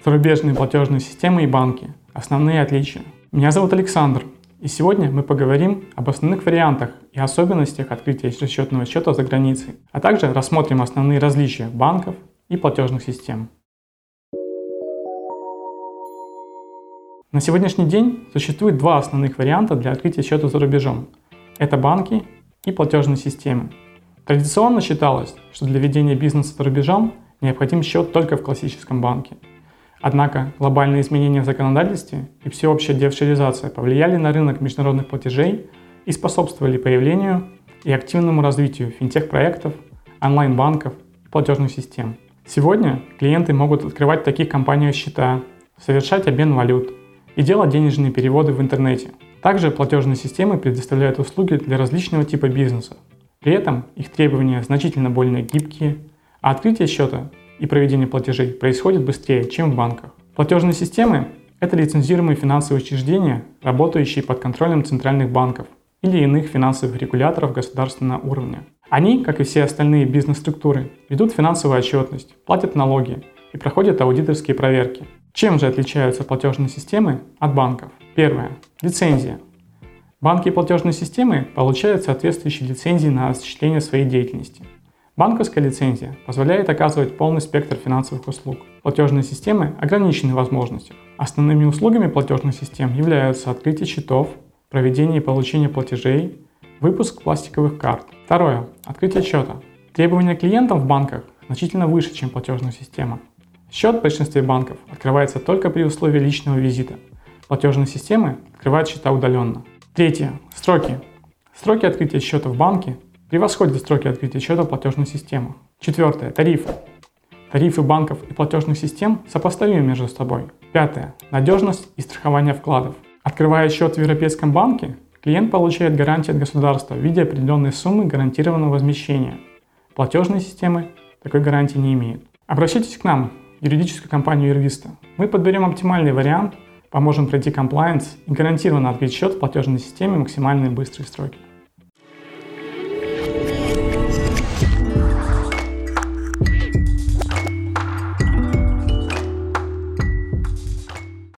Зарубежные платежные системы и банки. Основные отличия. Меня зовут Александр, и сегодня мы поговорим об основных вариантах и особенностях открытия расчетного счета за границей, а также рассмотрим основные различия банков и платежных систем. На сегодняшний день существует два основных варианта для открытия счета за рубежом. Это банки и платежные системы. Традиционно считалось, что для ведения бизнеса за рубежом необходим счет только в классическом банке. Однако глобальные изменения в законодательстве и всеобщая дешевизация повлияли на рынок международных платежей и способствовали появлению и активному развитию финтех-проектов, онлайн-банков и платежных систем. Сегодня клиенты могут открывать в таких компаниях счета, совершать обмен валют и делать денежные переводы в интернете. Также платежные системы предоставляют услуги для различного типа бизнеса. При этом их требования значительно более гибкие, а открытие счета и проведение платежей происходит быстрее, чем в банках. Платежные системы – это лицензируемые финансовые учреждения, работающие под контролем центральных банков или иных финансовых регуляторов государственного уровня. Они, как и все остальные бизнес-структуры, ведут финансовую отчетность, платят налоги и проходят аудиторские проверки. Чем же отличаются платежные системы от банков? Первое. Лицензия. Банки и платежные системы получают соответствующие лицензии на осуществление своей деятельности. Банковская лицензия позволяет оказывать полный спектр финансовых услуг. Платежные системы ограничены в возможностях. Основными услугами платежных систем являются открытие счетов, проведение и получение платежей, выпуск пластиковых карт. Второе. Открытие счета. Требования клиентам в банках значительно выше, чем платежная система. Счет в большинстве банков открывается только при условии личного визита. Платежные системы открывают счета удаленно. Третье. Сроки. Сроки открытия счета в банке превосходят сроки открытия счета в платежных системах. Четвертое. Тарифы. Тарифы банков и платежных систем сопоставимы между собой. Пятое. Надежность и страхование вкладов. Открывая счет в Европейском банке, клиент получает гарантию от государства в виде определенной суммы гарантированного возмещения. Платежные системы такой гарантии не имеют. Обращайтесь к нам, юридическую компанию Юрвиста. Мы подберем оптимальный вариант, поможем пройти комплаенс и гарантированно открыть счет в платежной системе в максимально быстрые сроки.